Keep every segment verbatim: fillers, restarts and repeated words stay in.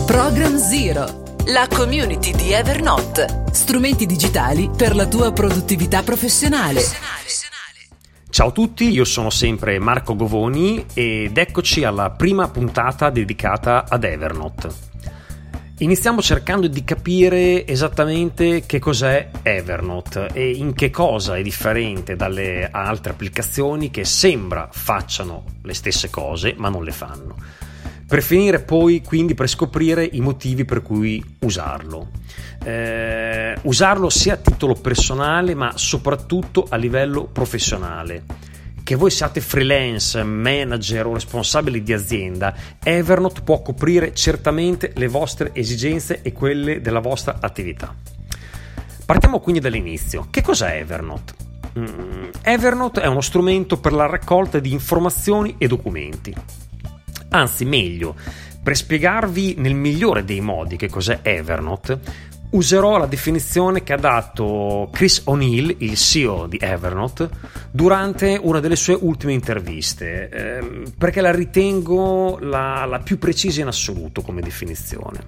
Program Zero, la community di Evernote. Strumenti digitali per la tua produttività professionale. Ciao a tutti, io sono sempre Marco Govoni ed eccoci alla prima puntata dedicata ad Evernote. Iniziamo cercando di capire esattamente che cos'è Evernote e in che cosa è differente dalle altre applicazioni che sembra facciano le stesse cose ma non le fanno. Per finire poi quindi per scoprire i motivi per cui usarlo. Eh, usarlo sia a titolo personale ma soprattutto a livello professionale. Che voi siate freelance, manager o responsabili di azienda, Evernote può coprire certamente le vostre esigenze e quelle della vostra attività. Partiamo quindi dall'inizio. Che cos'è Evernote? Mm, Evernote è uno strumento per la raccolta di informazioni e documenti. Anzi, meglio, per spiegarvi nel migliore dei modi che cos'è Evernote, userò la definizione che ha dato Chris O'Neill, il C E O di Evernote, durante una delle sue ultime interviste, eh, perché la ritengo la, la più precisa in assoluto come definizione.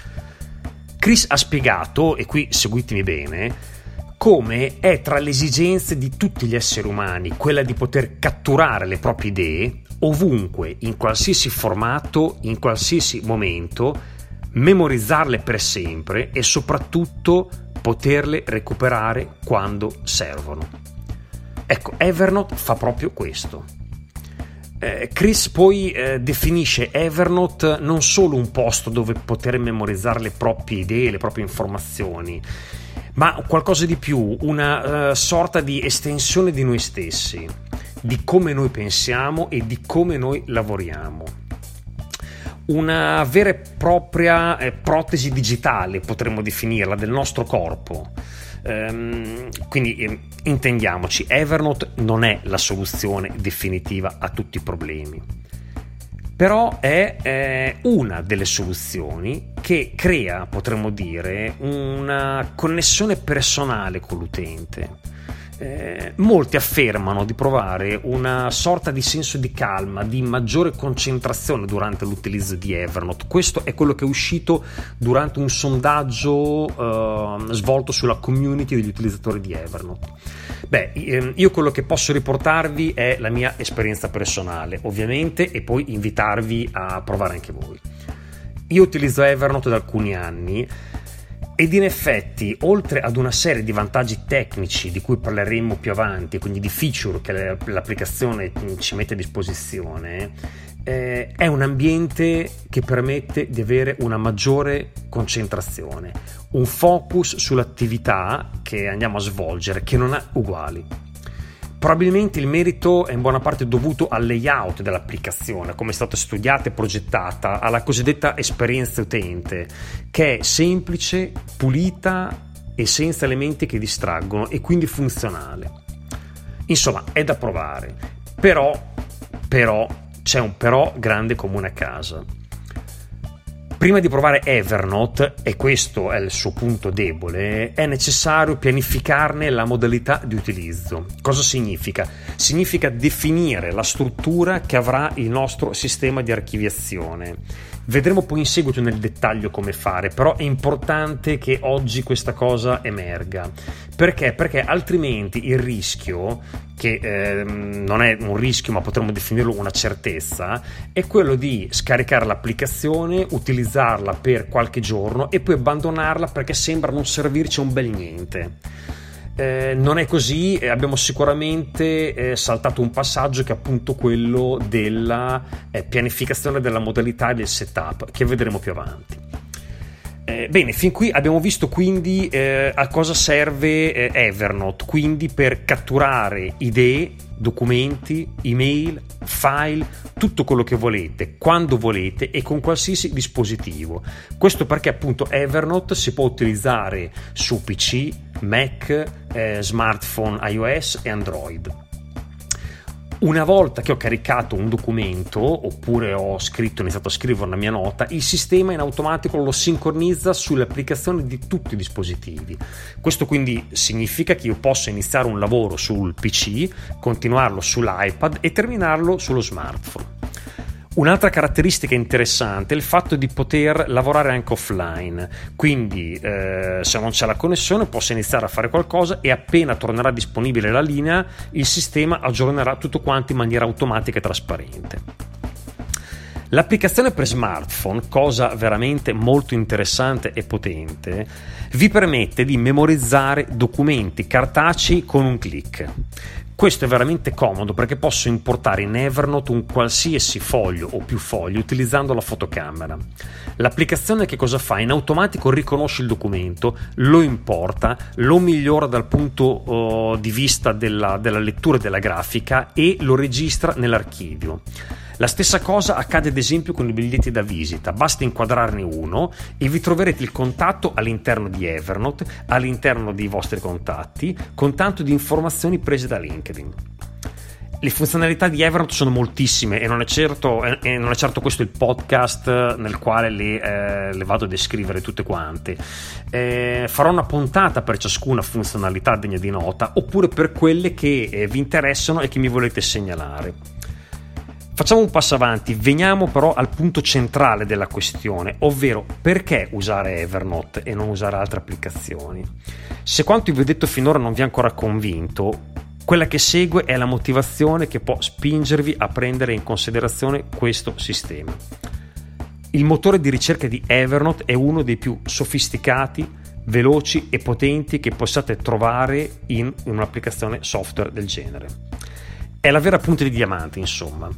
Chris ha spiegato, e qui seguitemi bene, come è tra le esigenze di tutti gli esseri umani quella di poter catturare le proprie idee ovunque, in qualsiasi formato, in qualsiasi momento, memorizzarle per sempre e soprattutto poterle recuperare quando servono. Ecco, Evernote fa proprio questo. Eh, Chris poi eh, definisce Evernote non solo un posto dove poter memorizzare le proprie idee, le proprie informazioni, ma qualcosa di più, una uh, sorta di estensione di noi stessi, di come noi pensiamo e di come noi lavoriamo. Una vera e propria eh, protesi digitale, potremmo definirla, del nostro corpo. Ehm, quindi eh, intendiamoci, Evernote non è la soluzione definitiva a tutti i problemi, però è eh, una delle soluzioni che crea, potremmo dire, una connessione personale con l'utente. Eh, molti affermano di provare una sorta di senso di calma, di maggiore concentrazione durante l'utilizzo di Evernote. Questo è quello che è uscito durante un sondaggio eh, svolto sulla community degli utilizzatori di Evernote. Beh, io quello che posso riportarvi è la mia esperienza personale, ovviamente, e poi invitarvi a provare anche voi. Io utilizzo Evernote da alcuni anni ed in effetti, oltre ad una serie di vantaggi tecnici di cui parleremo più avanti, quindi di feature che l'applicazione ci mette a disposizione, eh, è un ambiente che permette di avere una maggiore concentrazione, un focus sull'attività che andiamo a svolgere che non ha uguali. Probabilmente il merito è in buona parte dovuto al layout dell'applicazione, come è stata studiata e progettata, alla cosiddetta esperienza utente, che è semplice, pulita e senza elementi che distraggono e quindi funzionale. Insomma, è da provare, però, però, c'è un però grande come una casa. Prima di provare Evernote, e questo è il suo punto debole, è necessario pianificarne la modalità di utilizzo. Cosa significa? Significa definire la struttura che avrà il nostro sistema di archiviazione. Vedremo poi in seguito nel dettaglio come fare, però è importante che oggi questa cosa emerga. Perché? Perché altrimenti il rischio, che eh, non è un rischio ma potremmo definirlo una certezza, è quello di scaricare l'applicazione, utilizzarla per qualche giorno e poi abbandonarla perché sembra non servirci un bel niente. Eh, non è così, eh, abbiamo sicuramente eh, saltato un passaggio che è appunto quello della eh, pianificazione della modalità e del setup, che vedremo più avanti. Eh, bene, fin qui abbiamo visto quindi eh, a cosa serve eh, Evernote, quindi per catturare idee, documenti, email, file, tutto quello che volete, quando volete e con qualsiasi dispositivo. Questo perché appunto Evernote si può utilizzare su P C, Mac, eh, smartphone iOS e Android. Una volta che ho caricato un documento oppure ho scritto, iniziato a scrivere una mia nota, il sistema in automatico lo sincronizza sulle applicazioni di tutti i dispositivi. Questo quindi significa che io posso iniziare un lavoro sul P C, continuarlo sull'iPad e terminarlo sullo smartphone. Un'altra caratteristica interessante è il fatto di poter lavorare anche offline, quindi eh, se non c'è la connessione posso iniziare a fare qualcosa e appena tornerà disponibile la linea il sistema aggiornerà tutto quanto in maniera automatica e trasparente. L'applicazione per smartphone, cosa veramente molto interessante e potente, vi permette di memorizzare documenti cartacei con un click. Questo è veramente comodo perché posso importare in Evernote un qualsiasi foglio o più fogli utilizzando la fotocamera. L'applicazione che cosa fa? In automatico riconosce il documento, lo importa, lo migliora dal punto uh, di vista della, della lettura e della grafica e lo registra nell'archivio. La stessa cosa accade ad esempio con i biglietti da visita, basta inquadrarne uno e vi troverete il contatto all'interno di Evernote, all'interno dei vostri contatti, con tanto di informazioni prese da LinkedIn. Le funzionalità di Evernote sono moltissime e non è certo, e non è certo questo il podcast nel quale le, eh, le vado a descrivere tutte quante. Eh, farò una puntata per ciascuna funzionalità degna di nota oppure per quelle che eh, vi interessano e che mi volete segnalare. Facciamo un passo avanti, veniamo però al punto centrale della questione, ovvero perché usare Evernote e non usare altre applicazioni. Se quanto vi ho detto finora non vi ha ancora convinto, quella che segue è la motivazione che può spingervi a prendere in considerazione questo sistema. Il motore di ricerca di Evernote è uno dei più sofisticati, veloci e potenti che possiate trovare in un'applicazione software del genere. È la vera punta di diamante, insomma.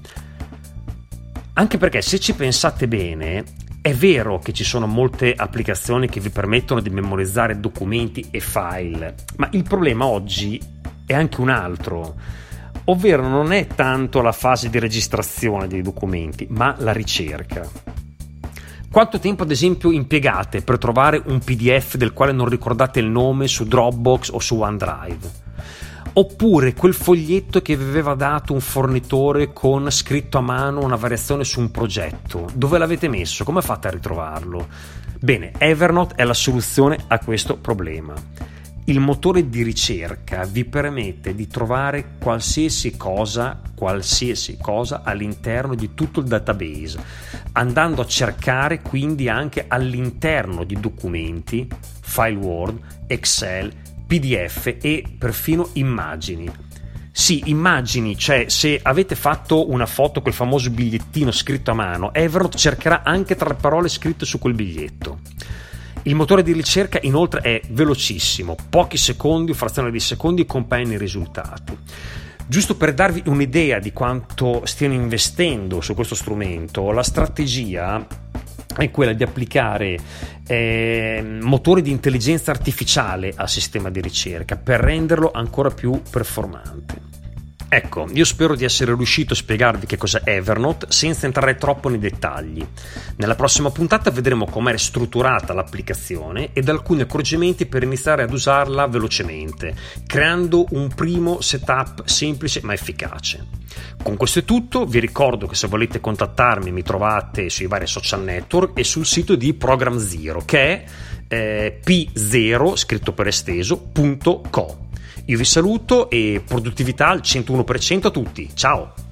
Anche perché se ci pensate bene, è vero che ci sono molte applicazioni che vi permettono di memorizzare documenti e file, ma il problema oggi è anche un altro, ovvero non è tanto la fase di registrazione dei documenti, ma la ricerca. Quanto tempo ad esempio impiegate per trovare un P D F del quale non ricordate il nome su Dropbox o su OneDrive? Oppure quel foglietto che vi aveva dato un fornitore con scritto a mano una variazione su un progetto, dove l'avete messo? Come fate a ritrovarlo? Bene, Evernote è la soluzione a questo problema. Il motore di ricerca vi permette di trovare qualsiasi cosa, qualsiasi cosa all'interno di tutto il database, andando a cercare quindi anche all'interno di documenti, file Word, Excel, P D F e perfino immagini. Sì, immagini, cioè se avete fatto una foto col famoso bigliettino scritto a mano, Evernote cercherà anche tra le parole scritte su quel biglietto. Il motore di ricerca inoltre è velocissimo, pochi secondi, frazione di secondi compaiono i risultati. Giusto per darvi un'idea di quanto stiano investendo su questo strumento, la strategia è quella di applicare eh, motori di intelligenza artificiale al sistema di ricerca per renderlo ancora più performante. Ecco, io spero di essere riuscito a spiegarvi che cos'è Evernote senza entrare troppo nei dettagli. Nella prossima puntata vedremo com'è strutturata l'applicazione ed alcuni accorgimenti per iniziare ad usarla velocemente, creando un primo setup semplice ma efficace. Con questo è tutto, vi ricordo che se volete contattarmi mi trovate sui vari social network e sul sito di Program Zero che è eh, p zero, scritto per esteso, punto co. Io vi saluto e produttività al centouno per cento a tutti, ciao!